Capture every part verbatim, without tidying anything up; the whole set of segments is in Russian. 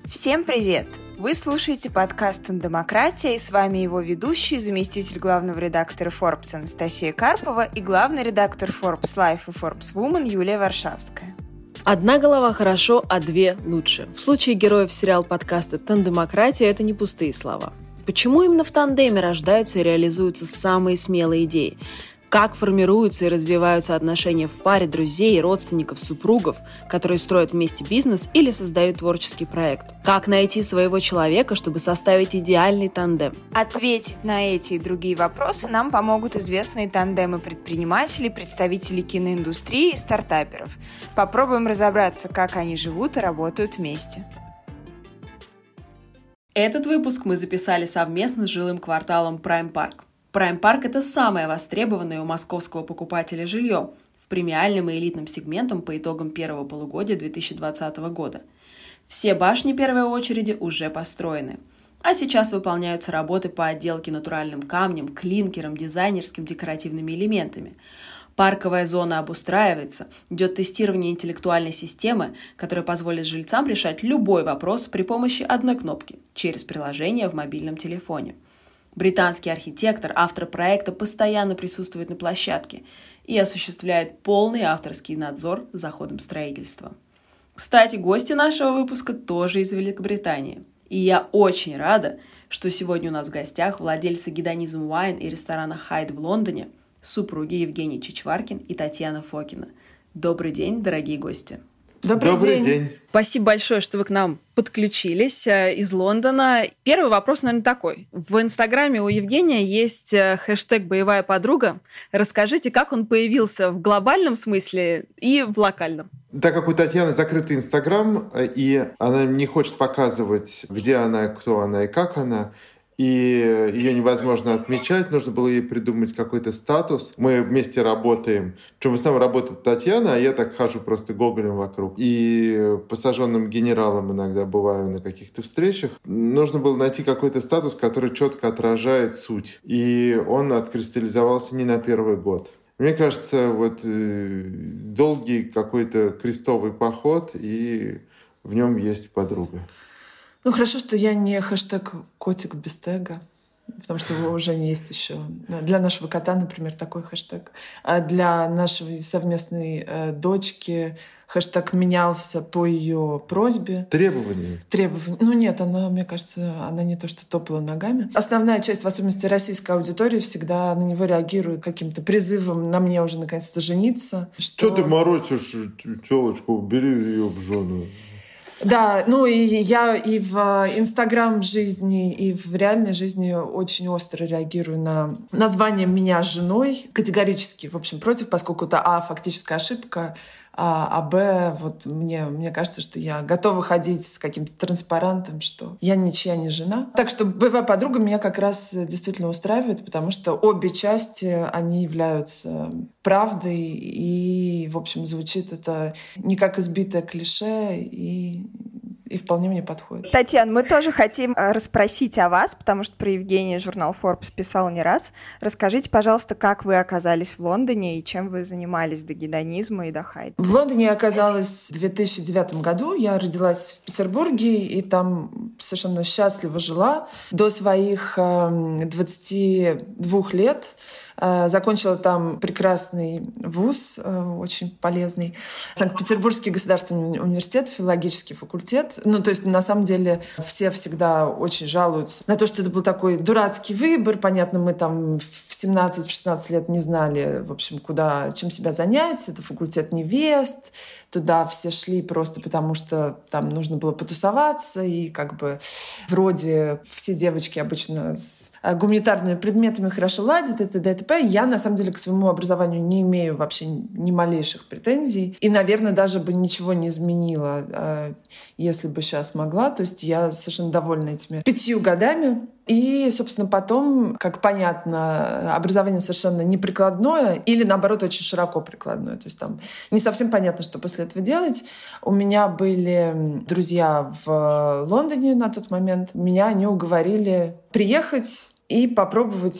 Всем привет! Вы слушаете подкаст «Тандемократия», и с вами его ведущий, заместитель главного редактора Forbes Анастасия Карпова и главный редактор Forbes Life и Forbes Woman Юлия Варшавская. Одна голова хорошо, а две лучше. В случае героев сериал-подкаста «Тандемократия» это не пустые слова. Почему именно в тандеме рождаются и реализуются самые смелые идеи? Как формируются и развиваются отношения в паре друзей, родственников, супругов, которые строят вместе бизнес или создают творческий проект? Как найти своего человека, чтобы составить идеальный тандем? Ответить на эти и другие вопросы нам помогут известные тандемы предпринимателей, представителей киноиндустрии и стартаперов. Попробуем разобраться, как они живут и работают вместе. Этот выпуск мы записали совместно с жилым кварталом Prime Park. Prime Park – это самое востребованное у московского покупателя жилье в премиальном и элитном сегментом по итогам первого полугодия две тысячи двадцатого года. Все башни первой очереди уже построены, а сейчас выполняются работы по отделке натуральным камнем, клинкером, дизайнерским декоративными элементами. Парковая зона обустраивается, идет тестирование интеллектуальной системы, которая позволит жильцам решать любой вопрос при помощи одной кнопки через приложение в мобильном телефоне. Британский архитектор, автор проекта, постоянно присутствует на площадке и осуществляет полный авторский надзор за ходом строительства. Кстати, гости нашего выпуска тоже из Великобритании. И я очень рада, что сегодня у нас в гостях владельцы Гедонизм Wine и ресторана Hyde в Лондоне, супруги Евгений Чичваркин и Татьяна Фокина. Добрый день, дорогие гости! Добрый, Добрый день. день! Спасибо большое, что вы к нам подключились из Лондона. Первый вопрос, наверное, такой. В Инстаграме у Евгения есть хэштег «Боевая подруга». Расскажите, как он появился в глобальном смысле и в локальном? Так как у Татьяны закрытый Инстаграм, и она не хочет показывать, где она, кто она и как она, и ее невозможно отмечать, нужно было ей придумать какой-то статус. Мы вместе работаем. Причем в основном работает Татьяна, а я так хожу просто гоголем вокруг. И посаженным генералом иногда бываю на каких-то встречах. Нужно было найти какой-то статус, который четко отражает суть. И он откристаллизовался не на первый год. Мне кажется, вот э, долгий какой-то крестовый поход, и в нем есть подруга. Ну, хорошо, что я не хэштег «котик без тега», потому что его уже не есть еще. Для нашего кота, например, такой хэштег. А для нашей совместной э, дочки хэштег менялся по ее просьбе. Требования? Требования. Ну нет, она, мне кажется, она не то что топала ногами. Основная часть, в особенности российской аудитории, всегда на него реагирует каким-то призывом «на мне уже наконец-то жениться». Что, что ты морочишь тёлочку, бери ее в жену. Да, ну и я и в Инстаграм жизни, и в реальной жизни очень остро реагирую на название меня женой. Категорически, в общем, против, поскольку это а, фактическая ошибка, а, а б, вот мне, мне кажется, что я готова ходить с каким-то транспарантом, что я ничья не жена. Так что боевая подруга меня как раз действительно устраивает, потому что обе части, они являются правдой, и, в общем, звучит это не как избитое клише, и и вполне мне подходит. Татьяна, мы тоже хотим расспросить о вас, потому что про Евгения журнал Forbes писал не раз. Расскажите, пожалуйста, как вы оказались в Лондоне и чем вы занимались до гедонизма и до Хайда? В Лондоне я оказалась в две тысячи девятом году. Я родилась в Петербурге и там совершенно счастливо жила до своих двадцати двух лет. Закончила там прекрасный вуз, очень полезный. Санкт-Петербургский государственный университет, филологический факультет. Ну, то есть, на самом деле, все всегда очень жалуются на то, что это был такой дурацкий выбор. Понятно, мы там в семнадцать-шестнадцать лет не знали, в общем, куда, чем себя занять. Это факультет невест. Туда все шли просто потому, что там нужно было потусоваться, и как бы вроде все девочки обычно с гуманитарными предметами хорошо ладят, и т.д. и т.п. Я, на самом деле, к своему образованию не имею вообще ни малейших претензий. И, наверное, даже бы ничего не изменила, если бы сейчас могла. То есть я совершенно довольна этими пятью годами. И, собственно, потом, как понятно, образование совершенно неприкладное или, наоборот, очень широко прикладное. То есть там не совсем понятно, что после этого делать. У меня были друзья в Лондоне на тот момент. Меня они уговорили приехать и попробовать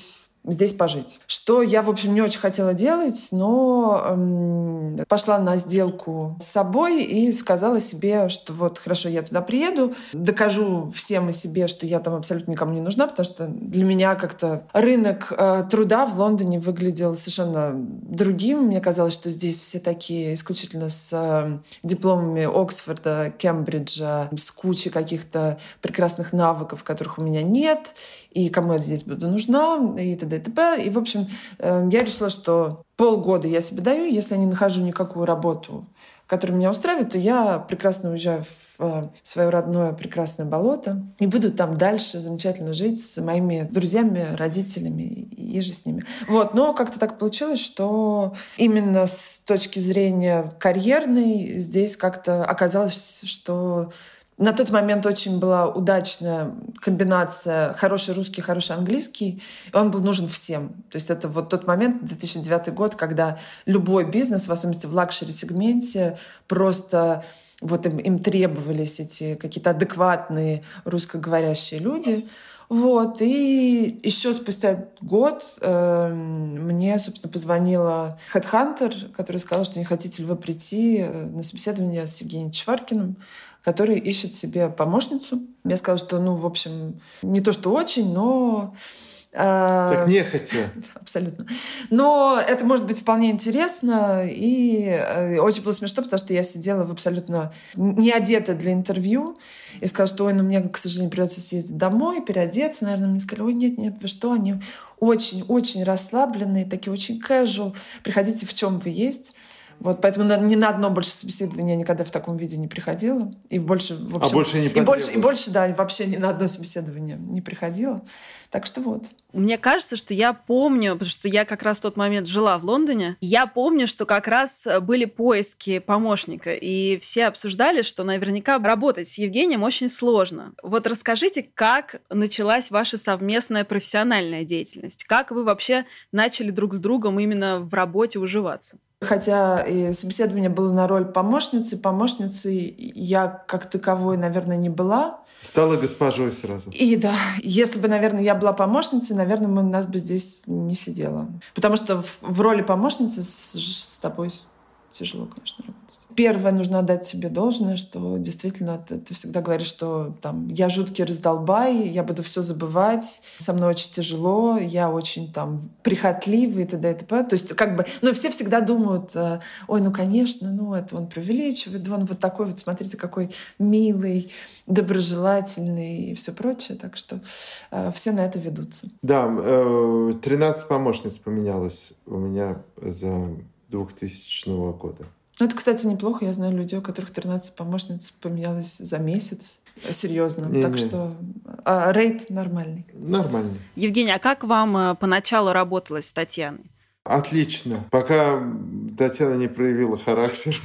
здесь пожить. Что я, в общем, не очень хотела делать, но эм, пошла на сделку с собой и сказала себе, что вот хорошо, я туда приеду, докажу всем и себе, что я там абсолютно никому не нужна, потому что для меня как-то рынок э, труда в Лондоне выглядел совершенно другим. Мне казалось, что здесь все такие исключительно с э, дипломами Оксфорда, Кембриджа, с кучей каких-то прекрасных навыков, которых у меня нет, и кому я здесь буду нужна, и т.д. и т.п. И, в общем, э, я решила, что полгода я себе даю, если я не нахожу никакую работу, которая меня устраивает, то я прекрасно уезжаю в э, свое родное прекрасное болото и буду там дальше замечательно жить с моими друзьями, родителями и же с ними. Вот. Но как-то так получилось, что именно с точки зрения карьерной здесь как-то оказалось, что на тот момент очень была удачная комбинация хороший русский, хороший английский, и он был нужен всем. То есть это вот тот момент, две тысячи девятый год, когда любой бизнес, в особенности в лакшери-сегменте, просто вот им, им требовались эти какие-то адекватные русскоговорящие люди. Вот. И еще спустя год э, мне, собственно, позвонила HeadHunter, которая сказала, что не хотите ли вы прийти на собеседование с Евгением Чваркиным, который ищет себе помощницу. Я сказала, что, ну, в общем, не то, что очень, но... Э, так нехотя. Абсолютно. Но это может быть вполне интересно. И э, очень было смешно, потому что я сидела в абсолютно не одета для интервью и сказала, что, ой, ну, мне, к сожалению, придется съездить домой, переодеться. Наверное, мне сказали, ой, нет, нет, вы что, они очень-очень расслабленные, такие очень casual. Приходите, в чем вы есть. Вот, поэтому ни на одно больше собеседование я никогда в таком виде не приходила. И больше, в общем, а больше не и больше, и больше, да, и вообще ни на одно собеседование не приходила. Так что вот. Мне кажется, что я помню, потому что я как раз в тот момент жила в Лондоне, я помню, что как раз были поиски помощника, и все обсуждали, что наверняка работать с Евгением очень сложно. Вот расскажите, как началась ваша совместная профессиональная деятельность? Как вы вообще начали друг с другом именно в работе уживаться? Хотя и собеседование было на роль помощницы, помощницей я как таковой, наверное, не была. Стала госпожой сразу. И да, если бы, наверное, я была помощницей, наверное, мы, нас бы здесь не сидело. Потому что в, в роли помощницы с, с тобой тяжело, конечно, работать. Первое, нужно отдать себе должное, что действительно ты, ты всегда говоришь, что там, я жуткий раздолбай, я буду все забывать, со мной очень тяжело, я очень там прихотливый и т.д. и т.п. То есть как бы, ну все всегда думают, ой, ну конечно, ну это он преувеличивает, он вот такой вот, смотрите, какой милый, доброжелательный и все прочее. Так что э, все на это ведутся. Да, тринадцать помощниц поменялось у меня за двухтысячного года. Ну, это, кстати, неплохо. Я знаю людей, у которых тринадцать помощниц поменялось за месяц. Серьезно. Не, так не. что а, рейд нормальный. Нормальный. Евгений, а как вам поначалу работалось с Татьяной? Отлично. Пока Татьяна не проявила характер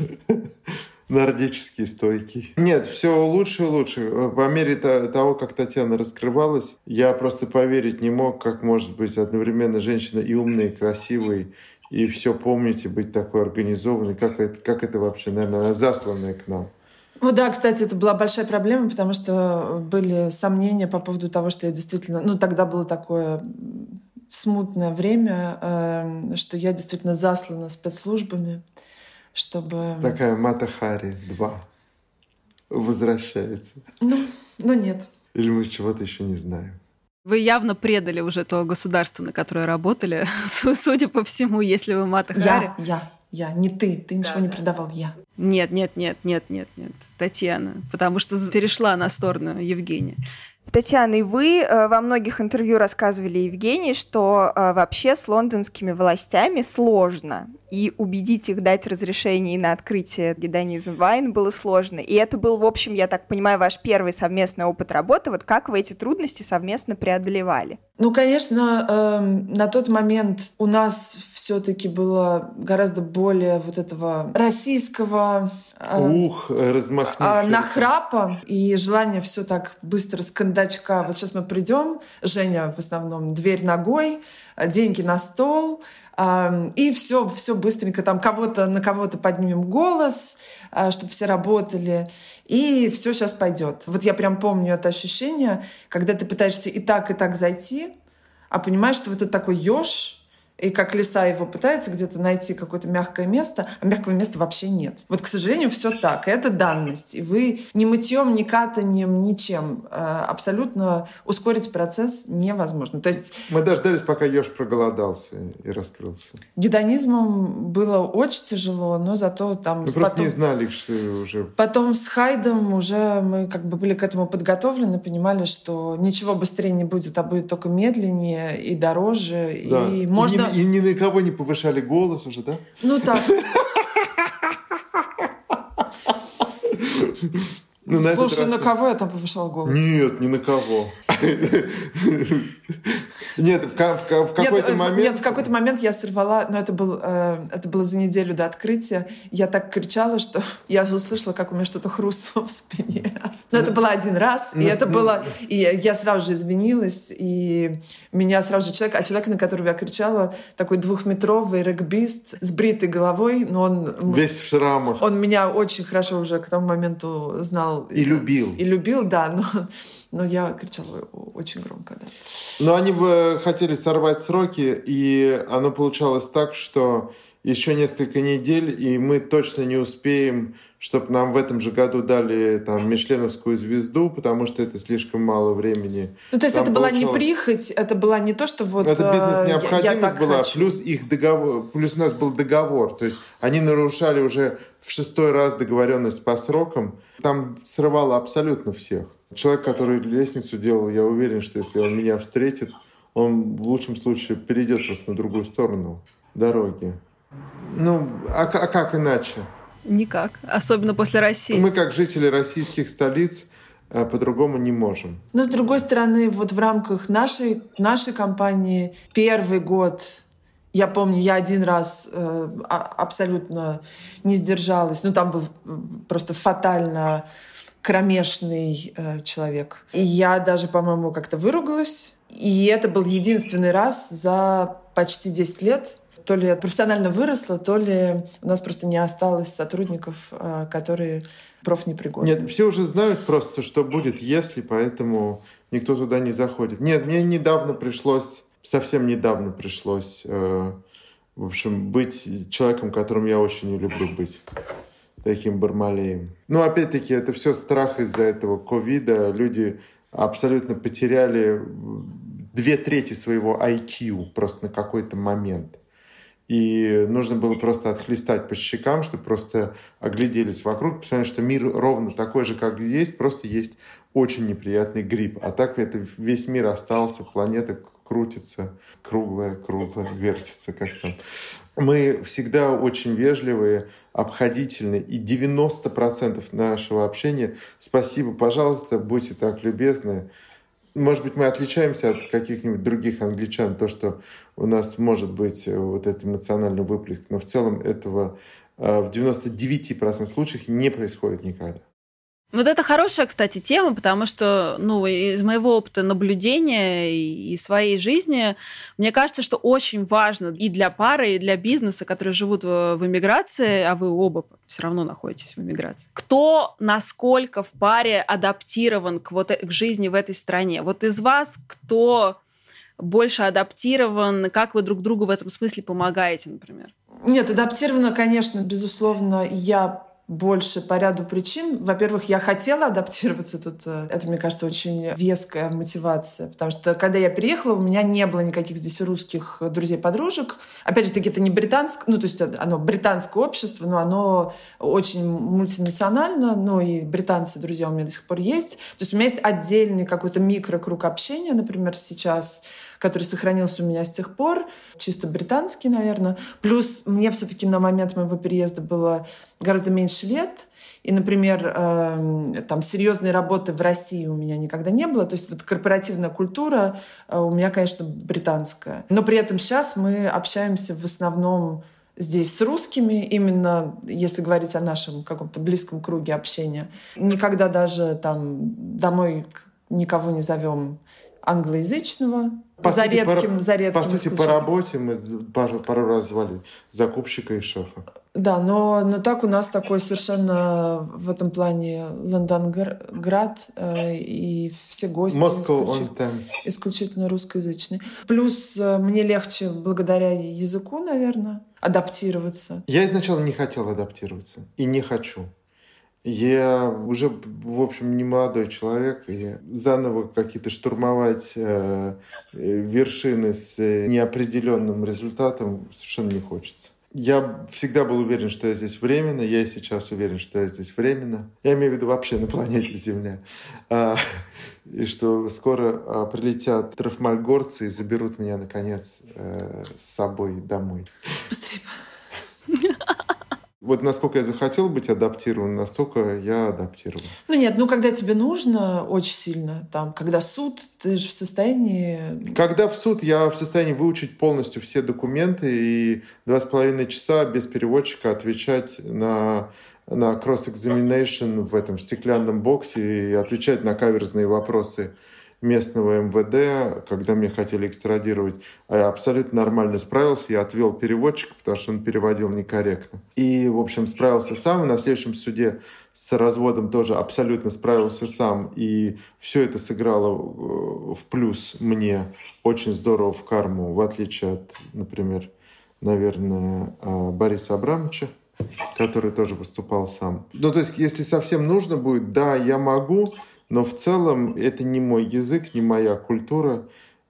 нордический, стойкий. Нет, все лучше и лучше. По мере того, как Татьяна раскрывалась, я просто поверить не мог, как может быть одновременно женщина и умная, и красивая, и все помнить, и быть такой организованной. Как это, как это вообще, наверное, засланная к нам. Ну да, кстати, это была большая проблема, потому что были сомнения по поводу того, что я действительно... Ну, тогда было такое смутное время, э, что я действительно заслана спецслужбами, чтобы... Такая Мата Хари два возвращается. Ну, ну нет. Или мы чего-то еще не знаем. Вы явно предали уже то государство, на которое работали, судя по всему, если вы Мата Хари. Я, я, я, не ты. Ты ничего да, не предавал, я. Нет, нет, нет, нет, нет, нет. Татьяна, потому что перешла на сторону Евгения. Татьяна, и вы э, во многих интервью рассказывали Евгении, что э, вообще с лондонскими властями сложно, и убедить их дать разрешение на открытие Гедонизм Вайн было сложно. И это был, в общем, я так понимаю, ваш первый совместный опыт работы. Вот как вы эти трудности совместно преодолевали? Ну, конечно, э, на тот момент у нас все-таки было гораздо более вот этого российского э, Ух, размахнись, э, нахрапа и желание все так быстро с кондачка. Вот сейчас мы придем, Женя в основном дверь ногой, деньги на стол, э, и все, все быстренько там кого-то на кого-то поднимем голос, э, чтобы все работали. И все сейчас пойдет. Вот я прям помню это ощущение, когда ты пытаешься и так, и так зайти, а понимаешь, что вот это такой еж, и как лиса его пытается где-то найти какое-то мягкое место, а мягкого места вообще нет. Вот, к сожалению, все так. И это данность. И вы ни мытьем, ни катанием, ничем э, абсолютно ускорить процесс невозможно. То есть мы дождались, пока еж проголодался и раскрылся. Гедонизмом было очень тяжело, но зато там... Мы просто потом, не знали, что уже... Потом с Хайдом уже мы как бы были к этому подготовлены, понимали, что ничего быстрее не будет, а будет только медленнее и дороже. Да. И можно... И ни на кого не повышали голос уже, да? Ну так. Ну, на Слушай, раз... на кого я там повышала голос? Нет, ни на кого. Нет, в, в, в какой-то нет, момент... Нет, в какой-то момент я сорвала, но это, был, э, это было за неделю до открытия, я так кричала, что я услышала, как у меня что-то хрустнуло в спине. Но это было один раз, и это было... И я сразу же извинилась, и меня сразу же человек... А человек, на которого я кричала, такой двухметровый регбист с бритой головой, но он... Весь в шрамах. Он меня очень хорошо уже к тому моменту знал. И любил. И любил, да, но... Но я кричала очень громко, да. Но они бы хотели сорвать сроки, и оно получалось так, что еще несколько недель, и мы точно не успеем, чтобы нам в этом же году дали там мишленовскую звезду, потому что это слишком мало времени. Ну, то есть там это была получалось... не прихоть, это была не то, что вот... Это бизнес-необходимость была, хочу. плюс их договор, плюс у нас был договор. То есть они нарушали уже в шестой раз договоренность по срокам. Там срывало абсолютно всех. Человек, который лестницу делал, я уверен, что если он меня встретит, он в лучшем случае перейдет просто на другую сторону дороги. Ну, а, а как иначе? Никак. Особенно после России. Мы, как жители российских столиц, по-другому не можем. Но, с другой стороны, вот в рамках нашей, нашей компании первый год, я помню, я один раз э, абсолютно не сдержалась. Ну, там был просто фатально кромешный э, человек. И я даже, по-моему, как-то выругалась. И это был единственный раз за почти десять лет. То ли я профессионально выросла, то ли у нас просто не осталось сотрудников, э, которые профнепригодны. Нет, все уже знают просто, что будет, если, поэтому никто туда не заходит. Нет, мне недавно пришлось, совсем недавно пришлось, э, в общем, быть человеком, которым я очень не люблю быть. Таким Бармалеем. Ну, опять-таки, это все страх из-за этого ковида. Люди абсолютно потеряли две трети своего ай кью просто на какой-то момент. И нужно было просто отхлестать по щекам, чтобы просто огляделись вокруг, посмотреть, что мир ровно такой же, как есть, просто есть очень неприятный грипп. А так это весь мир остался, планета крутится, круглая, круглая, вертится, как там. Мы всегда очень вежливые, обходительные, и девяносто процентов нашего общения «спасибо, пожалуйста, будьте так любезны». Может быть, мы отличаемся от каких-нибудь других англичан, то, что у нас может быть вот этот эмоциональный выплеск, но в целом этого в девяноста девяти процентах случаев не происходит никогда. Вот это хорошая, кстати, тема, потому что, ну, из моего опыта наблюдения и своей жизни, мне кажется, что очень важно и для пары, и для бизнеса, которые живут в, в эмиграции, а вы оба все равно находитесь в эмиграции, кто насколько в паре адаптирован к, вот, к жизни в этой стране. Вот из вас кто больше адаптирован, как вы друг другу в этом смысле помогаете, например? Нет, адаптирована, конечно, безусловно, я больше по ряду причин. Во-первых, я хотела адаптироваться тут. Это, мне кажется, очень веская мотивация. Потому что, когда я приехала, у меня не было никаких здесь русских друзей-подружек. Опять же таки, это не британское, ну, то есть оно британское общество, но оно очень мультинационально, ну, и британцы, друзья, у меня до сих пор есть. То есть у меня есть отдельный какой-то микрокруг общения, например, сейчас, который сохранился у меня с тех пор, чисто британский, наверное. Плюс мне все-таки на момент моего переезда было гораздо меньше лет. И, например, э, там серьезной работы в России у меня никогда не было. То есть вот корпоративная культура э, у меня, конечно, британская. Но при этом сейчас мы общаемся в основном здесь с русскими, именно если говорить о нашем каком-то близком круге общения. Никогда даже там домой никого не зовем англоязычного. По за сути, редким, по, за редким по сути, по работе мы пару, пару раз звали закупщика и шефа. Да, но, но так у нас такой совершенно в этом плане Лондонград, э, и все гости исключительно, исключительно русскоязычные. Плюс э, мне легче благодаря языку, наверное, адаптироваться. Я изначально не хотел адаптироваться и не хочу. Я уже, в общем, не молодой человек, и заново какие-то штурмовать э, вершины с неопределенным результатом совершенно не хочется. Я всегда был уверен, что я здесь временно. Я и сейчас уверен, что я здесь временно. Я имею в виду вообще на планете Земля. А, и что скоро а, прилетят трафмальгорцы и заберут меня, наконец, а, с собой домой. Быстрее. Вот насколько я захотел быть адаптирован, настолько я адаптирован. Ну нет, ну когда тебе нужно очень сильно, там, когда суд, ты же в состоянии... Когда в суд, я в состоянии выучить полностью все документы и два с половиной часа без переводчика отвечать на, на cross-examination в этом стеклянном боксе и отвечать на каверзные вопросы местного эм вэ дэ, когда меня хотели экстрадировать. А я абсолютно нормально справился. Я отвел переводчика, потому что он переводил некорректно. И, в общем, справился сам. И на следующем суде с разводом тоже абсолютно справился сам. И все это сыграло в плюс мне очень здорово в карму, в отличие от, например, наверное, Бориса Абрамовича, который тоже выступал сам. Ну, то есть, если совсем нужно будет, да, я могу, но в целом это не мой язык, не моя культура.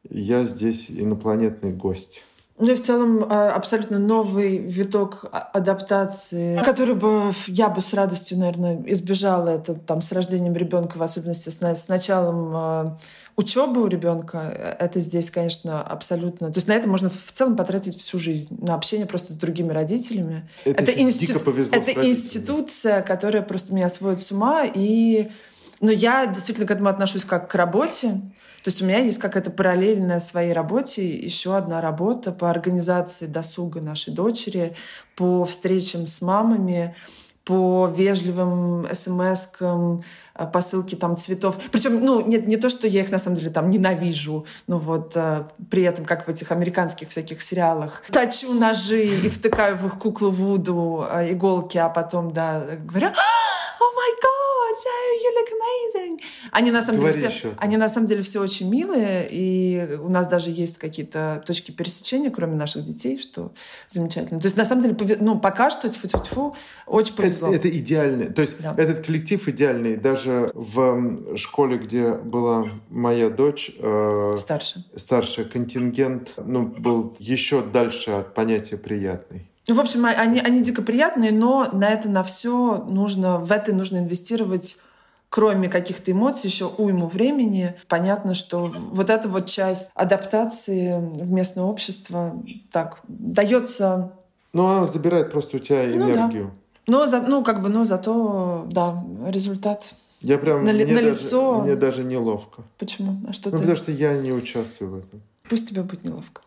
Я здесь инопланетный гость. Ну и в целом абсолютно новый виток адаптации, который бы я бы с радостью, наверное, избежала. Это там с рождением ребенка, в особенности с, с началом учебы у ребенка. Это здесь, конечно, абсолютно... То есть на это можно в целом потратить всю жизнь. На общение просто с другими родителями. Это, это, институ... дико повезло это институция, которая просто меня сводит с ума. И... Но я действительно к этому отношусь как к работе. То есть у меня есть какая-то параллельная своей работе еще одна работа по организации досуга нашей дочери, по встречам с мамами, по вежливым смс-кам, посылке там цветов. Причем, ну, нет, не то, что я их на самом деле там ненавижу, но вот а, при этом, как в этих американских всяких сериалах, точу ножи и втыкаю в их куклу Вуду а, иголки, а потом, да, говорю: «Oh my God, you look amazing!» Они на, самом деле все, они на самом деле все очень милые, и у нас даже есть какие-то точки пересечения, кроме наших детей, что замечательно. То есть, на самом деле, ну, пока что, тьфу-тьфу-тьфу, очень повезло. Это, это идеально. То есть, да. Этот коллектив идеальный. Даже в школе, где была моя дочь, э, старше. старший контингент, ну, был еще дальше от понятия «приятный». В общем, они, они дико приятные, но на это, на все нужно, в это нужно инвестировать, кроме каких-то эмоций, еще уйму времени. Понятно, что вот эта вот часть адаптации в местное общество так дается... Ну, она забирает просто у тебя энергию. Ну, да. но, за, ну, как бы, но зато, да, результат я прям, на, мне, на даже, лицо... мне даже неловко. Почему? А что ну, ты... потому что я не участвую в этом. Пусть тебе будет неловко.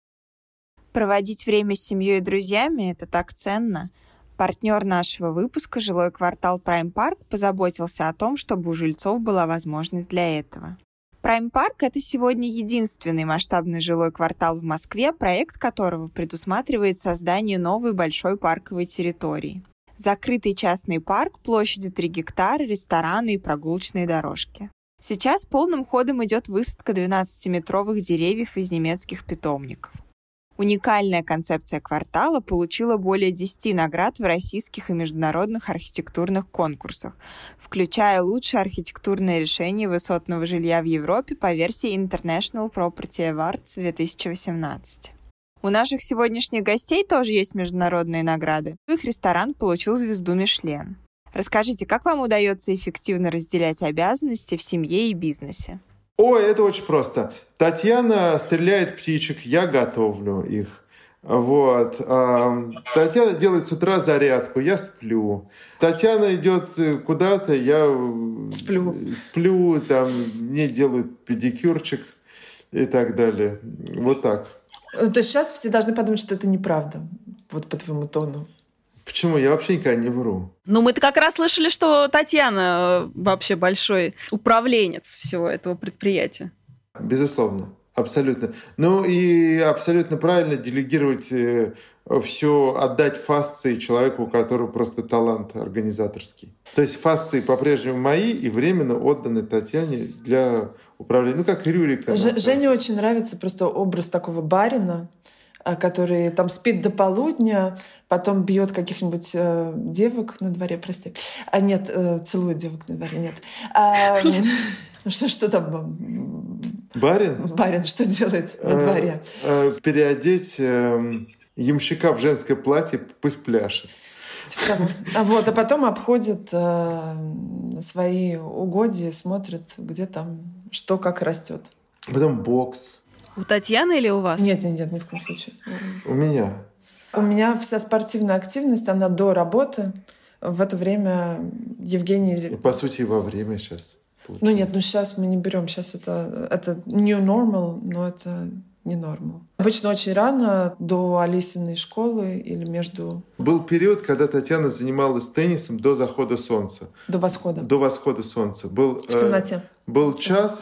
Проводить время с семьей и друзьями – это так ценно. Партнер нашего выпуска, жилой квартал Prime Park, позаботился о том, чтобы у жильцов была возможность для этого. Prime Park – это сегодня единственный масштабный жилой квартал в Москве, проект которого предусматривает создание новой большой парковой территории. Закрытый частный парк площадью три гектара, рестораны и прогулочные дорожки. Сейчас полным ходом идет высадка двенадцатиметровых деревьев из немецких питомников. Уникальная концепция квартала получила более десяти наград в российских и международных архитектурных конкурсах, включая лучшее архитектурное решение высотного жилья в Европе по версии International Property Awards две тысячи восемнадцать. У наших сегодняшних гостей тоже есть международные награды. Их ресторан получил звезду Мишлен. Расскажите, как вам удается эффективно разделять обязанности в семье и бизнесе? Ой, это очень просто. Татьяна стреляет птичек, я готовлю их. Вот. Татьяна делает с утра зарядку, я сплю. Татьяна идет куда-то, я сплю. Сплю, там мне делают педикюрчик и так далее. Вот так. То есть сейчас все должны подумать, что это неправда, вот по твоему тону. Почему? Я вообще никогда не вру. Ну, мы-то как раз слышали, что Татьяна вообще большой управленец всего этого предприятия. Безусловно. Абсолютно. Ну и абсолютно правильно делегировать э, все, отдать фасции человеку, у которого просто талант организаторский. То есть фасции по-прежнему мои и временно отданы Татьяне для управления. Ну, как и Рюрик. Ж- Жене очень нравится просто образ такого барина, который там спит до полудня, потом бьет каких-нибудь э, девок на дворе, прости. А нет, э, целует девок на дворе, нет. А, что, что там? Барин? Барин что делает на дворе? Переодеть ямщика в женское платье, пусть пляшет. А вот, а потом обходит э, свои угодья, смотрит, где там, что как растет. Потом бокс. У Татьяны или у вас? Нет, нет, нет, ни в коем случае. У меня. У меня вся спортивная активность, она до работы. В это время Евгений... По сути, и во время сейчас. Получается. Ну нет, ну сейчас мы не берем. Сейчас это, это new normal, но это не normal. Обычно очень рано, до Алисиной школы или между... Был период, когда Татьяна занималась теннисом до захода солнца. До восхода. До восхода солнца. Был, в темноте. Э, был час...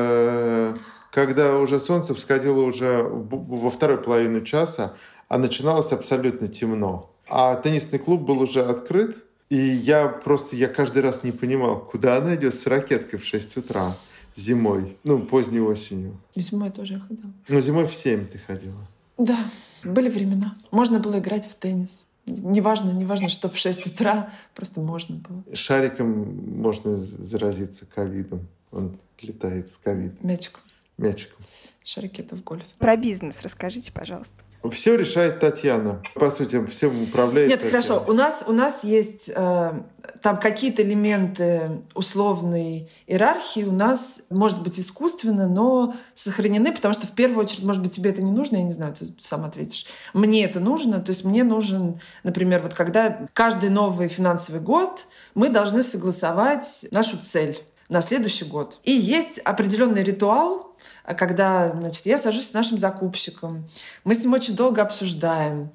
Э, когда уже солнце всходило уже во вторую половину часа, а начиналось абсолютно темно. А теннисный клуб был уже открыт, и я просто, я каждый раз не понимал, куда она идет с ракеткой в шесть утра зимой, ну, поздней осенью. И зимой тоже я ходила. Ну, зимой в семь ты ходила. Да, были времена. Можно было играть в теннис. Неважно, неважно, что в шесть утра, просто можно было. Шариком можно заразиться ковидом. Он летает с ковидом. Мячиком. Мячиком. Шарики — это в гольфе. Про бизнес расскажите, пожалуйста. Все решает Татьяна. По сути, всем управляет Нет, Татьяна. хорошо. У нас, у нас есть э, там какие-то элементы условной иерархии. У нас, может быть, искусственно, но сохранены, потому что в первую очередь, может быть, тебе это не нужно, я не знаю, ты сам ответишь. Мне это нужно. То есть мне нужен, например, вот когда каждый новый финансовый год мы должны согласовать нашу цель на следующий год. И есть определенный ритуал, когда, значит, я сажусь с нашим закупщиком, мы с ним очень долго обсуждаем,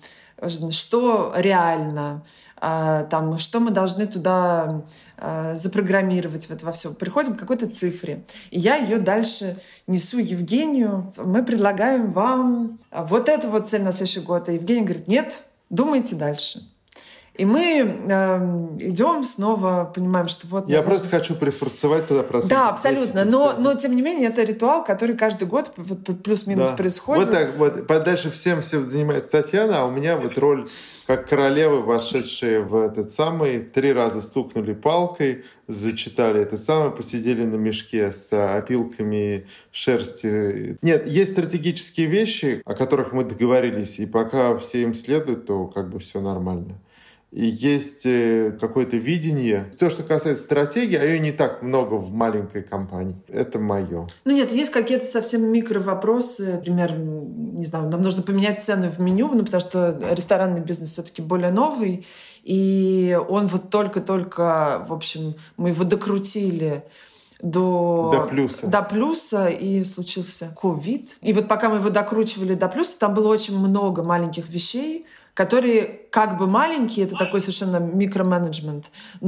что реально, там, что мы должны туда запрограммировать в это во все. Приходим к какой-то цифре. И я ее дальше несу Евгению. Мы предлагаем вам вот эту вот цель на следующий год. И Евгений говорит: нет, думайте дальше. И мы э, идем снова, понимаем, что вот... Я просто хочу прифорцевать тогда процент. Да, абсолютно. Но, но, тем не менее, это ритуал, который каждый год вот, плюс-минус да. происходит. Вот так вот. Дальше всем, всем занимается Татьяна, а у меня вот роль как королевы, вошедшие в этот самый, три раза стукнули палкой, зачитали это самое, посидели на мешке с опилками шерсти. Нет, есть стратегические вещи, о которых мы договорились, и пока все им следуют, то как бы все нормально. И есть какое-то видение. То, что касается стратегии, а ее не так много в маленькой компании. Это мое. Ну нет, есть какие-то совсем микровопросы. Например, не знаю, нам нужно поменять цены в меню, ну, потому что ресторанный бизнес все-таки более новый. И он вот только-только, в общем, мы его докрутили до, до плюса. До плюса, и случился ковид. И вот пока мы его докручивали до плюса, там было очень много маленьких вещей, которые как бы маленькие, это такой совершенно микроменеджмент,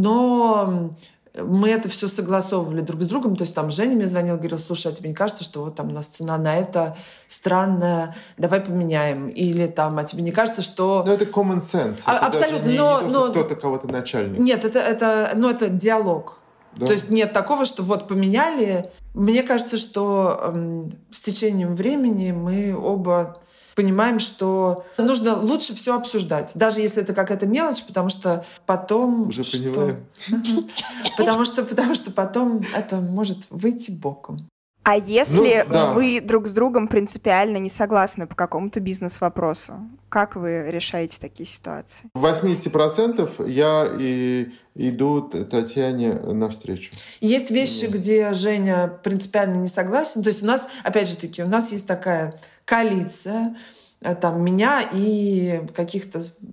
но мы это все согласовывали друг с другом. То есть там Женя мне звонил, говорил: слушай, а тебе не кажется, что вот там у нас цена на это странная, давай поменяем? Или там, а тебе не кажется, что... Ну, это common sense. А, это абсолютно. Не, но, не то, что но... кто-то кого-то начальник. Нет, это, это, ну, это диалог. Да. То есть нет такого, что вот поменяли. Мне кажется, что эм, с течением времени мы оба понимаем, что нужно лучше все обсуждать, даже если это какая-то мелочь, потому что потом... Уже что... понимаем. Потому что, потому что потом это может выйти боком. А если ну, да. вы друг с другом принципиально не согласны по какому-то бизнес-вопросу, как вы решаете такие ситуации? В восемьдесят процентов я и иду Татьяне навстречу. Есть вещи, где Женя принципиально не согласен. То есть у нас, опять же таки, у нас есть такая коалиция, там, меня и каких-то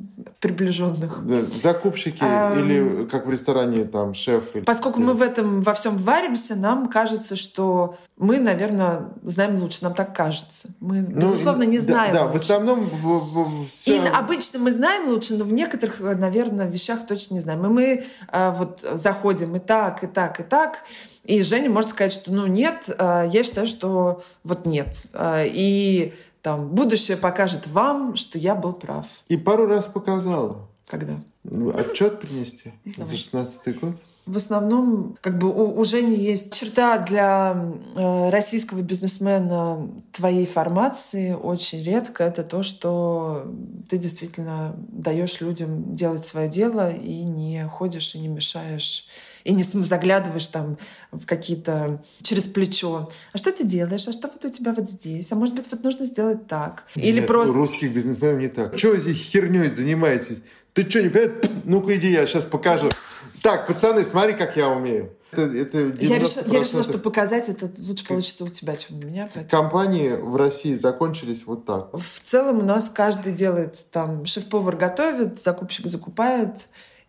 приближенных. Да, закупщики а, или как в ресторане там шеф. Или... Поскольку мы в этом во всем варимся, нам кажется, что мы, наверное, знаем лучше. Нам так кажется. Мы, ну, безусловно, не знаем Да, лучше. в основном... В, в, все... И обычно мы знаем лучше, но в некоторых, наверное, вещах точно не знаем. И мы а, вот заходим и так, и так, и так. И Женя может сказать, что ну нет, а, я считаю, что вот нет. А, и... Там, будущее покажет вам, что я был прав. И пару раз показала. Когда? Отчет принести Давай. За шестнадцатый год. В основном, как бы у, у Жени есть черта для э, российского бизнесмена твоей формации очень редко. Это то, что ты действительно даешь людям делать свое дело и не ходишь и не мешаешь. И не заглядываешь там в какие-то через плечо. А что ты делаешь? А что вот у тебя вот здесь? А может быть, вот нужно сделать так? Или Нет, просто... у русских бизнесменов не так. Чего вы херней занимаетесь? Ты что, не понимаешь? Ну-ка иди, я сейчас покажу. Так, пацаны, смотри, как я умею. Это, это я, решила, я решила, что показать это лучше получится у тебя, чем у меня. Поэтому... Компании в России закончились вот так. В целом у нас каждый делает, там, шеф-повар готовит, закупщик закупает.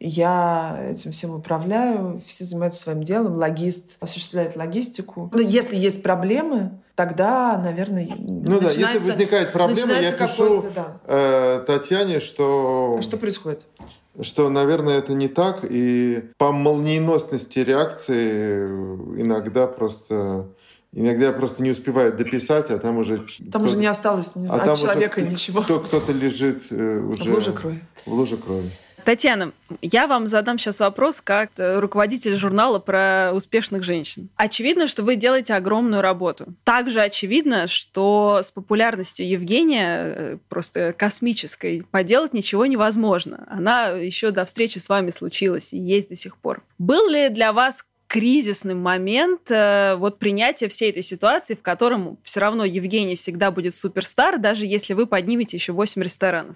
Я этим всем управляю, все занимаются своим делом, логист осуществляет логистику. Но если есть проблемы, тогда, наверное, ну да, если возникает проблема, я пишу да. э, Татьяне, что... А что происходит? Что, наверное, это не так, и по молниеносности реакции иногда просто... Иногда просто не успевают дописать, а там уже... Там кто... уже не осталось а от человека уже ничего. Кто, кто-то лежит э, уже... В луже крови. В луже крови. Татьяна, я вам задам сейчас вопрос как руководитель журнала про успешных женщин. Очевидно, что вы делаете огромную работу. Также очевидно, что с популярностью Евгения, просто космической, поделать ничего невозможно. Она еще до встречи с вами случилась и есть до сих пор. Был ли для вас кризисный момент э, вот принятия всей этой ситуации, в котором все равно Евгений всегда будет суперстар, даже если вы поднимете еще восемь ресторанов?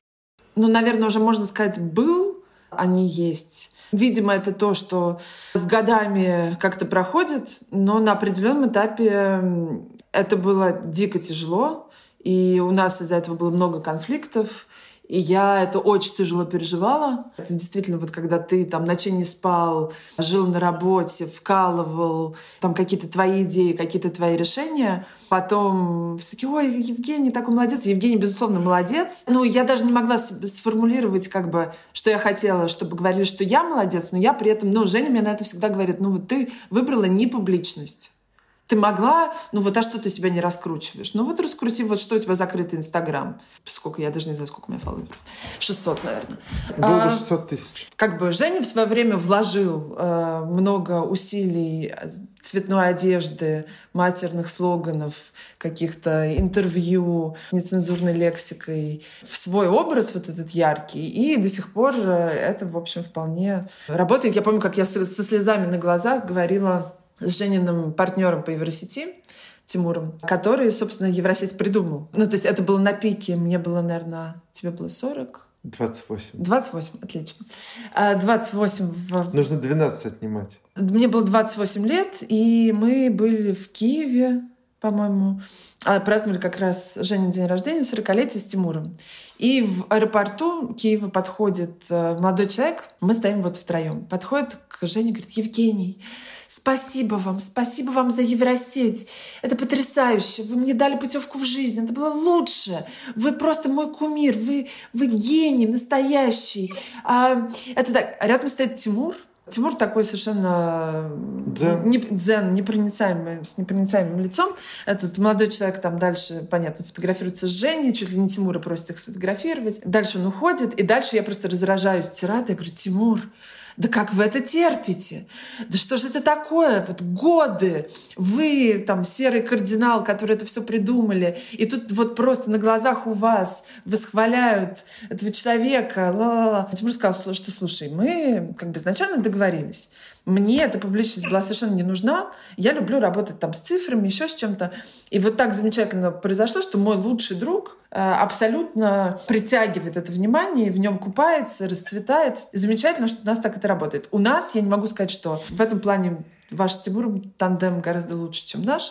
Ну, наверное, уже можно сказать, был, а не есть. Видимо, это то, что с годами как-то проходит, но на определенном этапе это было дико тяжело, и у нас из-за этого было много конфликтов, и я это очень тяжело переживала. Это действительно вот когда ты там ночей не спал, жил на работе, вкалывал, там какие-то твои идеи, какие-то твои решения. Потом все такие, ой, Евгений такой молодец. Евгений, безусловно, молодец. Ну, я даже не могла сформулировать, как бы, что я хотела, чтобы говорили, что я молодец, но я при этом, ну, Женя мне на это всегда говорит, ну, вот ты выбрала непубличность. Ты могла, ну вот, а что ты себя не раскручиваешь? Ну вот раскрути, вот что у тебя закрытый Инстаграм. Сколько, я даже не знаю, сколько у меня фолловеров. шестьсот, наверное. Было бы а, шестьсот тысяч. Как бы Женя в свое время вложил э, много усилий, цветной одежды, матерных слоганов, каких-то интервью, нецензурной лексикой в свой образ вот этот яркий. И до сих пор это, в общем, вполне работает. Я помню, как я со слезами на глазах говорила с Жениным партнером по Евросети, Тимуром, который, собственно, Евросеть придумал. Ну, то есть это было на пике. Мне было, наверное... Тебе было сорок? двадцать восемь. двадцать восемь, отлично. двадцать восемь... В... Нужно двенадцать отнимать. Мне было двадцать восемь лет, и мы были в Киеве, по-моему. Праздновали как раз Женин день рождения, сорокалетие с Тимуром. И в аэропорту Киева подходит молодой человек. Мы стоим вот втроем. Подходит к Жене и говорит: Евгений, спасибо вам, спасибо вам за Евросеть. Это потрясающе. Вы мне дали путевку в жизнь. Это было лучше. Вы просто мой кумир. Вы, вы гений настоящий. А, это так. А рядом стоит Тимур. Тимур такой совершенно дзен. Не, дзен, непроницаемый, с непроницаемым лицом. Этот молодой человек там дальше, понятно, фотографируется с Женей, чуть ли не Тимура просит их сфотографировать. Дальше он уходит, и дальше я просто разражаюсь тирадой. Я говорю: Тимур, да как вы это терпите? Да что же это такое? Вот годы. Вы там серый кардинал, который это все придумали. И тут вот просто на глазах у вас восхваляют этого человека. Ла-ла-ла. Тимур сказал, что слушай, мы как бы изначально договорились. Мне эта публичность была совершенно не нужна. Я люблю работать там с цифрами, еще с чем-то. И вот так замечательно произошло, что мой лучший друг э, абсолютно притягивает это внимание, в нем купается, расцветает. И замечательно, что у нас так это работает. У нас, я не могу сказать, что в этом плане ваш с Тимуром тандем гораздо лучше, чем наш.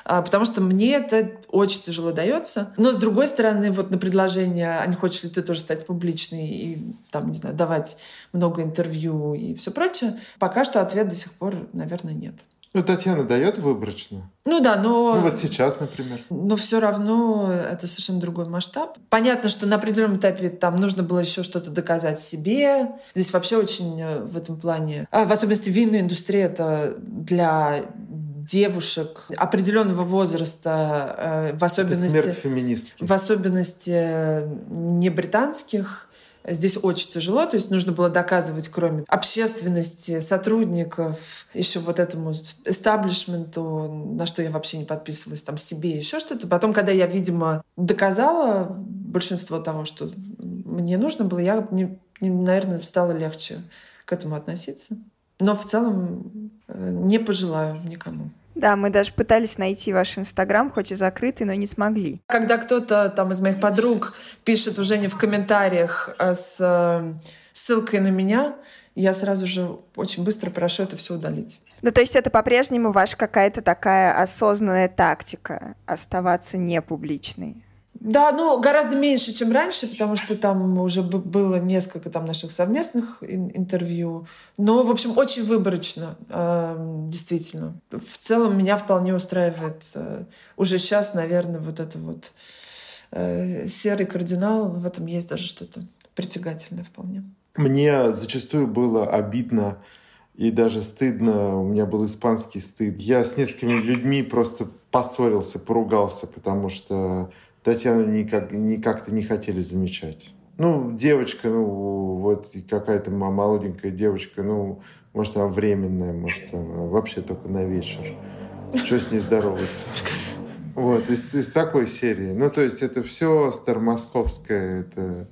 потому что мне это очень тяжело дается. Но, с другой стороны, вот на предложение, а не хочешь ли ты тоже стать публичной и, там, не знаю, давать много интервью и все прочее, пока что ответ до сих пор, наверное, нет. Ну, Татьяна дает выборочно. Ну да, но... Ну вот сейчас, например. Но все равно это совершенно другой масштаб. Понятно, что на определенном этапе там нужно было еще что-то доказать себе. Здесь вообще очень в этом плане... В особенности винная индустрия — это для девушек определенного возраста, в особенности... Это смерть феминистки. В особенности не британских. Здесь очень тяжело, то есть нужно было доказывать, кроме общественности, сотрудников, еще вот этому эстаблишменту, на что я вообще не подписывалась, там, себе, еще что-то. Потом, когда я, видимо, доказала большинство того, что мне нужно было, я, мне, наверное, стало легче к этому относиться. Но в целом не пожелаю никому. Да, мы даже пытались найти ваш Инстаграм, хоть и закрытый, но не смогли. Когда кто-то там из моих подруг пишет уже не в комментариях, а с ссылкой на меня, я сразу же очень быстро прошу это все удалить. Ну, то есть это по-прежнему ваша какая-то такая осознанная тактика — оставаться непубличной? Да, ну, гораздо меньше, чем раньше, потому что там уже было несколько там наших совместных интервью. Но, в общем, очень выборочно, действительно. В целом меня вполне устраивает уже сейчас, наверное, вот это вот серый кардинал. В этом есть даже что-то притягательное вполне. Мне зачастую было обидно и даже стыдно. У меня был испанский стыд. Я с несколькими людьми просто поссорился, поругался, потому что Татьяну никак, никак-то не хотели замечать. Ну, девочка, ну, вот какая-то молоденькая девочка, ну, может, она временная, может, она вообще только на вечер. Что с ней здороваться? Вот, из, из такой серии. Ну, то есть это все старомосковское, это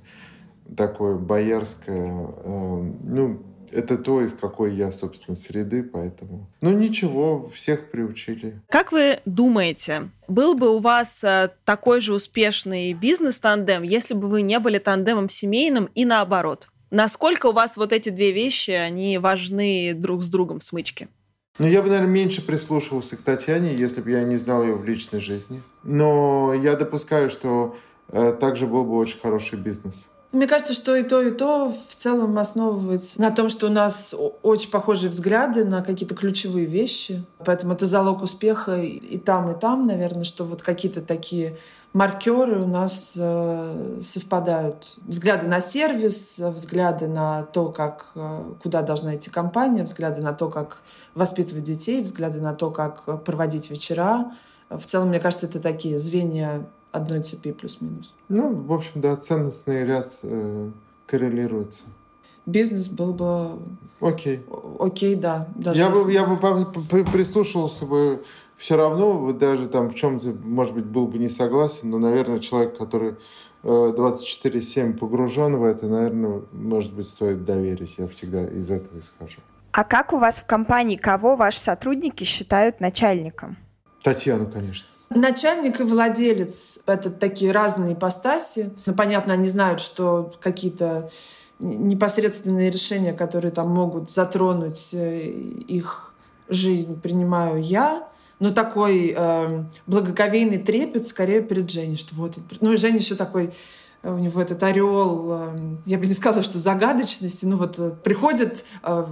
такое боярское. Э, ну, это то, из какой я, собственно, среды, поэтому... Ну, ничего, всех приучили. Как вы думаете, был бы у вас такой же успешный бизнес-тандем, если бы вы не были тандемом семейным и наоборот? Насколько у вас вот эти две вещи, они важны друг с другом в смычке? Ну, я бы, наверное, меньше прислушивался к Татьяне, если бы я не знал ее в личной жизни. Но я допускаю, что э, также был бы очень хороший бизнес. Мне кажется, что и то, и то в целом основывается на том, что у нас очень похожие взгляды на какие-то ключевые вещи. Поэтому это залог успеха и там, и там, наверное, что вот какие-то такие маркеры у нас э, совпадают. Взгляды на сервис, взгляды на то, как, э, куда должна идти компания, взгляды на то, как воспитывать детей, взгляды на то, как проводить вечера. В целом, мне кажется, это такие звенья одной цепи плюс-минус. Ну, в общем, да, ценностный ряд э, коррелируется. Бизнес был бы... Окей. Окей, да. Даже я, если... бы, я бы прислушивался бы все равно, даже там в чем-то, может быть, был бы не согласен, но, наверное, человек, который э, двадцать четыре семь погружен в это, наверное, может быть, стоит доверить. Я всегда из этого исхожу. А как у вас в компании, кого ваши сотрудники считают начальником? Татьяну, конечно. Начальник и владелец — это такие разные ипостаси. Ну, понятно, они знают, что какие-то непосредственные решения, которые там могут затронуть их жизнь, принимаю я. Но такой э, благоговейный трепет скорее перед Женей, что вот... Ну и Женя еще такой... У него этот орел, я бы не сказала, что загадочности, ну вот приходит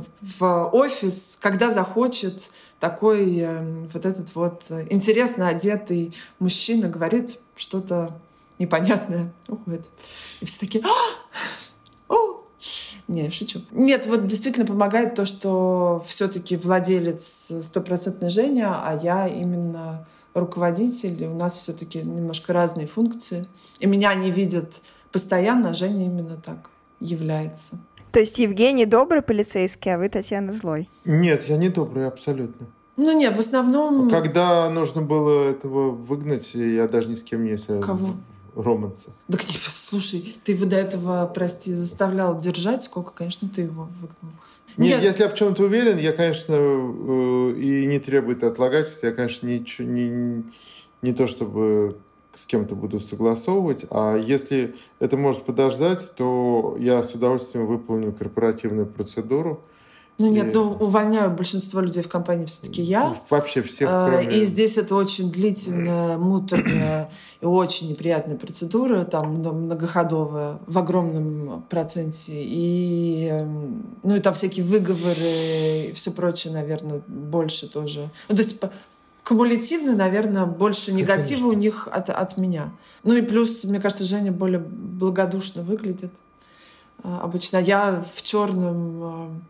в офис, когда захочет, такой вот этот вот интересно одетый мужчина говорит что-то непонятное, уходит. И все такие... О! Не, шучу. Нет, вот действительно помогает то, что все-таки владелец стопроцентный Женя, а я именно... руководитель, и у нас все-таки немножко разные функции. И меня они видят постоянно, а Женя именно так является. То есть Евгений добрый полицейский, а вы, Татьяна, злой? Нет, я не добрый, абсолютно. Ну нет, в основном... Когда нужно было этого выгнать, я даже ни с кем не... Кого? Романса. Да, слушай, ты его до этого, прости, заставлял держать, сколько, конечно, ты его выгнал. Нет, Нет, если я в чем-то уверен, я, конечно, и не требует отлагательства, я, конечно, ничего, не, не то чтобы с кем-то буду согласовывать, а если это может подождать, то я с удовольствием выполню корпоративную процедуру Ну нет, и... ну увольняю большинство людей в компании все-таки я. Вообще всех, кроме... И здесь это очень длительная, муторная и очень неприятная процедура, там многоходовая в огромном проценте. И, ну, и там всякие выговоры и все прочее, наверное, больше тоже. Ну, то есть кумулятивно, наверное, больше негатива у них от, от меня. Ну и плюс, мне кажется, Женя более благодушно выглядит обычно. Я в черном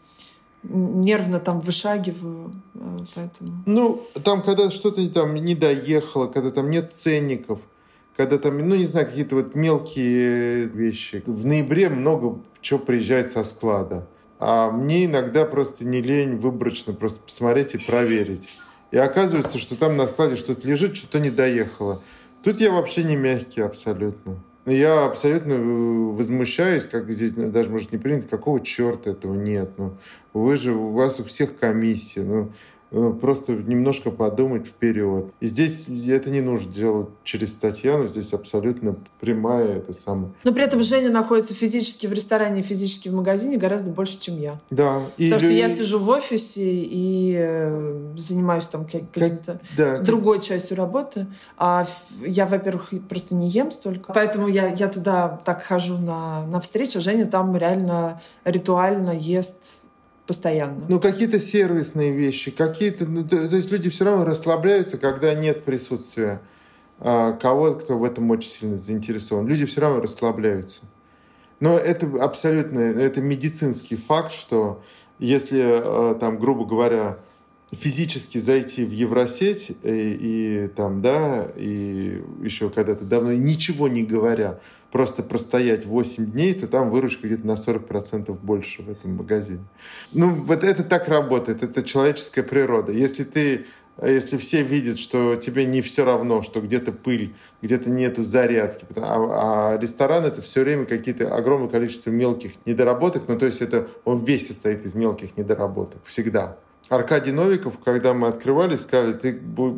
нервно там вышагиваю, поэтому... Ну, там, когда что-то там не доехало, когда там нет ценников, когда там, ну, не знаю, какие-то вот мелкие вещи. В ноябре много чего приезжает со склада. А мне иногда просто не лень выборочно просто посмотреть и проверить. И оказывается, что там на складе что-то лежит, что-то не доехало. Тут я вообще не мягкий абсолютно. Я абсолютно возмущаюсь, как здесь даже, может, не принято, какого черта этого нет. Ну, вы же, у вас у всех комиссия. Ну, просто немножко подумать вперед. И здесь это не нужно делать через Татьяну, здесь абсолютно прямая это самое. Но при этом Женя находится физически в ресторане, физически в магазине гораздо больше, чем я. Да. И Потому лю... что я сижу в офисе и э, занимаюсь там каким-то как... да, другой как... частью работы. А я, во-первых, просто не ем столько. Поэтому я, я туда так хожу на, на встречи. А Женя там реально ритуально ест постоянно. Ну, какие-то сервисные вещи, какие-то... Ну, то, то есть люди все равно расслабляются, когда нет присутствия а, кого-то, кто в этом очень сильно заинтересован. Люди все равно расслабляются. Но это абсолютно... Это медицинский факт, что если, а, там, грубо говоря, физически зайти в Евросеть и, и там, да, и еще когда-то давно, ничего не говоря, просто простоять восемь дней, то там выручка где-то на сорок процентов больше в этом магазине. Ну, вот это так работает, это человеческая природа. Если ты, если все видят, что тебе не все равно, что где-то пыль, где-то нету зарядки, а, а ресторан — это все время какие-то огромное количество мелких недоработок, ну, то есть это он весь состоит из мелких недоработок, всегда. Аркадий Новиков, когда мы открывали, сказали, ты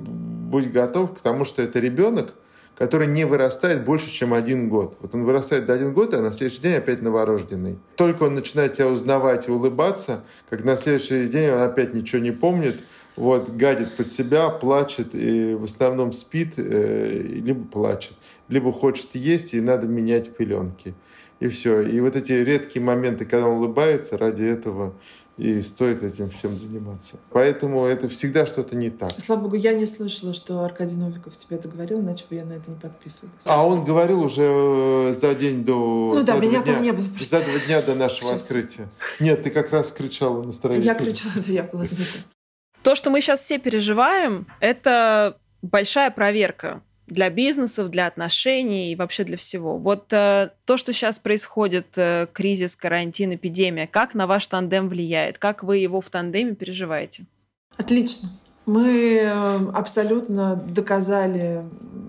будь готов к тому, что это ребенок, который не вырастает больше, чем один год. Вот он вырастает до один год, а на следующий день опять новорожденный. Только он начинает тебя узнавать и улыбаться, как на следующий день он опять ничего не помнит, вот, гадит под себя, плачет, и в основном спит, э, либо плачет, либо хочет есть, и надо менять пеленки. И все. И вот эти редкие моменты, когда он улыбается, ради этого... И стоит этим всем заниматься. Поэтому это всегда что-то не так. Слава богу, я не слышала, что Аркадий Новиков тебе это говорил, иначе бы я на это не подписывалась. А он говорил уже за день до... Ну да, меня дня, там не было. Просто. За два дня до нашего открытия. Нет, ты как раз кричала на стороне. Я кричала, да, я была занята. То, что мы сейчас все переживаем, это большая проверка для бизнесов, для отношений и вообще для всего. Вот э, то, что сейчас происходит, э, кризис, карантин, эпидемия, как на ваш тандем влияет? Как вы его в тандеме переживаете? Отлично. Мы абсолютно доказали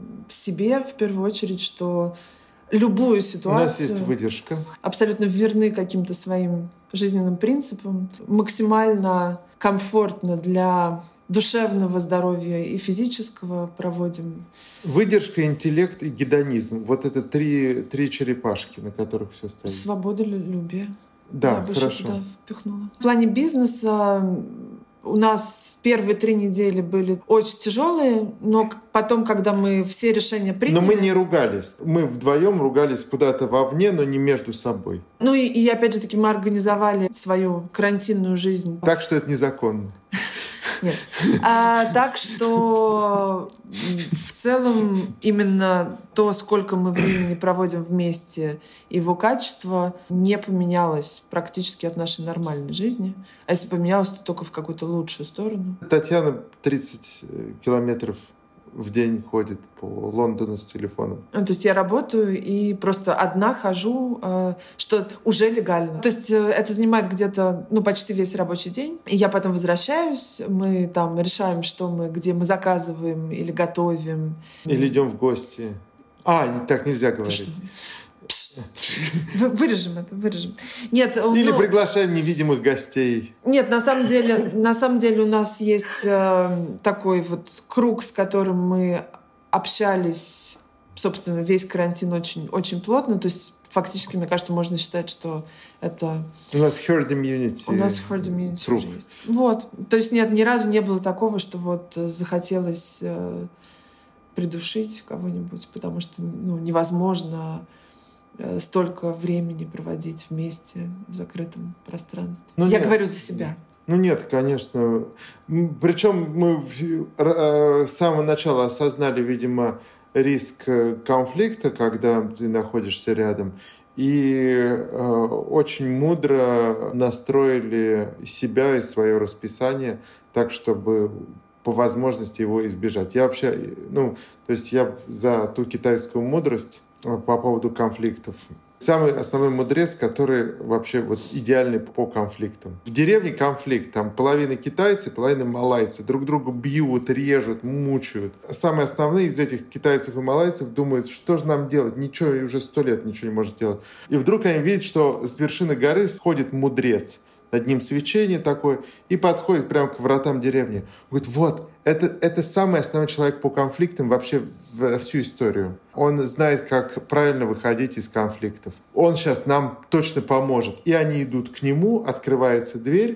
себе, в первую очередь, что любую ситуацию... У нас есть выдержка. Абсолютно верны каким-то своим жизненным принципам. Максимально комфортно для... душевного здоровья и физического проводим. Выдержка, интеллект и гедонизм. Вот это три, три черепашки, на которых все стоит. Свободолюбие. Да, Я бы хорошо. еще туда впихнула. В плане бизнеса у нас первые три недели были очень тяжелые, но потом, когда мы все решения приняли... Но мы не ругались. Мы вдвоем ругались куда-то вовне, но не между собой. Ну и, и опять же таки мы организовали свою карантинную жизнь. Так что это незаконно. Нет. А, так что в целом именно то, сколько мы времени проводим вместе, его качество не поменялось практически от нашей нормальной жизни. А если поменялось, то только в какую-то лучшую сторону. Татьяна тридцать километров в день ходит по Лондону с телефоном. То есть я работаю и просто одна хожу, что уже легально. То есть это занимает где-то ну, почти весь рабочий день. И я потом возвращаюсь, мы там решаем, что мы, где мы заказываем или готовим. Или идем в гости. А, так нельзя говорить. Вырежем это, вырежем. Нет, Или ну, приглашаем невидимых гостей. Нет, на самом деле, на самом деле у нас есть э, такой вот круг, с которым мы общались, собственно, весь карантин очень, очень плотно. То есть фактически, мне кажется, можно считать, что это... У нас herd immunity. У нас herd immunity Труп. уже есть. Вот. То есть нет, ни разу не было такого, что вот захотелось э, придушить кого-нибудь, потому что ну, невозможно э, столько времени проводить вместе в закрытом пространстве. Ну, Я нет. говорю за себя. Ну нет, конечно. Причем мы с самого начала осознали, видимо, риск конфликта, когда ты находишься рядом, и э, очень мудро настроили себя и свое расписание так, чтобы по возможности его избежать. Я вообще, ну, то есть я за ту китайскую мудрость по поводу конфликтов. Самый основной мудрец, который вообще вот идеальный по конфликтам. В деревне конфликт, там половина китайцы, половина малайцы. Друг друга бьют, режут, мучают. Самые основные из этих китайцев и малайцев думают, что же нам делать? Ничего, уже сто лет ничего не может делать. И вдруг они видят, что с вершины горы сходит мудрец. Над ним свечение такое, и подходит прямо к вратам деревни. Говорит, вот, это, это самый основной человек по конфликтам вообще в всю историю. Он знает, как правильно выходить из конфликтов. Он сейчас нам точно поможет. И они идут к нему, открывается дверь,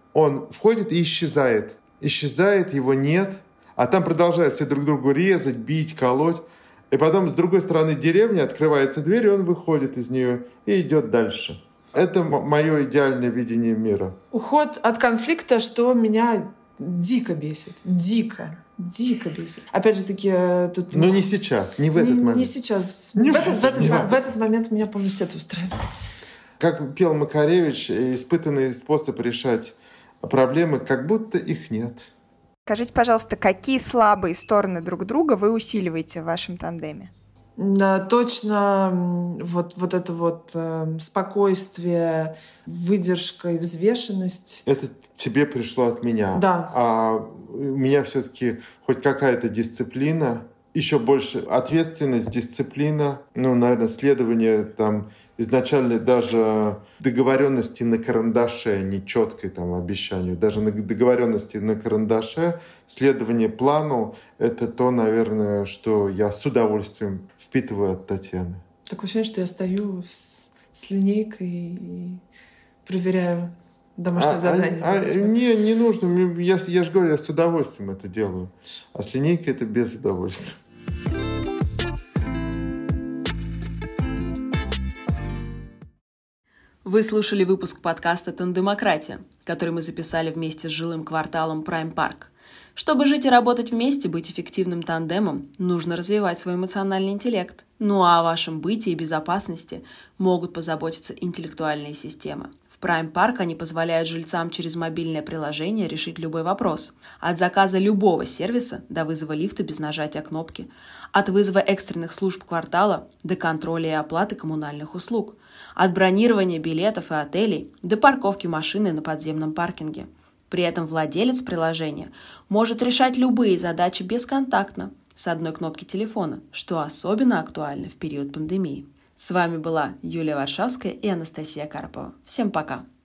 он входит и исчезает. Исчезает, его нет, а там продолжают все друг другу резать, бить, колоть. И потом с другой стороны деревни открывается дверь, и он выходит из нее и идет дальше. Это мое идеальное видение мира. Уход от конфликта, что меня дико бесит. Дико. Дико бесит. Опять же таки... Тут... Но не сейчас, не в этот не, момент. Не сейчас. Не в, этот, в, этот, в этот момент меня полностью это устраивает. Как пел Макаревич, испытанный способ решать проблемы, как будто их нет. Скажите, пожалуйста, какие слабые стороны друг друга вы усиливаете в вашем тандеме? Да, точно вот, вот это вот э, спокойствие, выдержка и взвешенность. Это тебе пришло от меня. Да. А у меня все-таки хоть какая-то дисциплина, еще больше ответственность, дисциплина, ну, наверное, следование там изначально даже договоренности на карандаше, не четкой там обещанию, даже на договоренности на карандаше, следование плану, это то, наверное, что я с удовольствием впитываю от Татьяны. Такое ощущение, что я стою с, с линейкой и проверяю домашнее а, задание. А, а, не, не нужно. Я, я же говорю, я с удовольствием это делаю. А с линейкой это без удовольствия. Вы слушали выпуск подкаста «Тандемократия», который мы записали вместе с жилым кварталом Prime Park. Чтобы жить и работать вместе, быть эффективным тандемом, нужно развивать свой эмоциональный интеллект. Ну а о вашем быте и безопасности могут позаботиться интеллектуальные системы. В Prime Park они позволяют жильцам через мобильное приложение решить любой вопрос. От заказа любого сервиса до вызова лифта без нажатия кнопки. От вызова экстренных служб квартала до контроля и оплаты коммунальных услуг. От бронирования билетов и отелей до парковки машины на подземном паркинге. При этом владелец приложения может решать любые задачи бесконтактно, с одной кнопки телефона, что особенно актуально в период пандемии. С вами была Юлия Варшавская и Анастасия Карпова. Всем пока!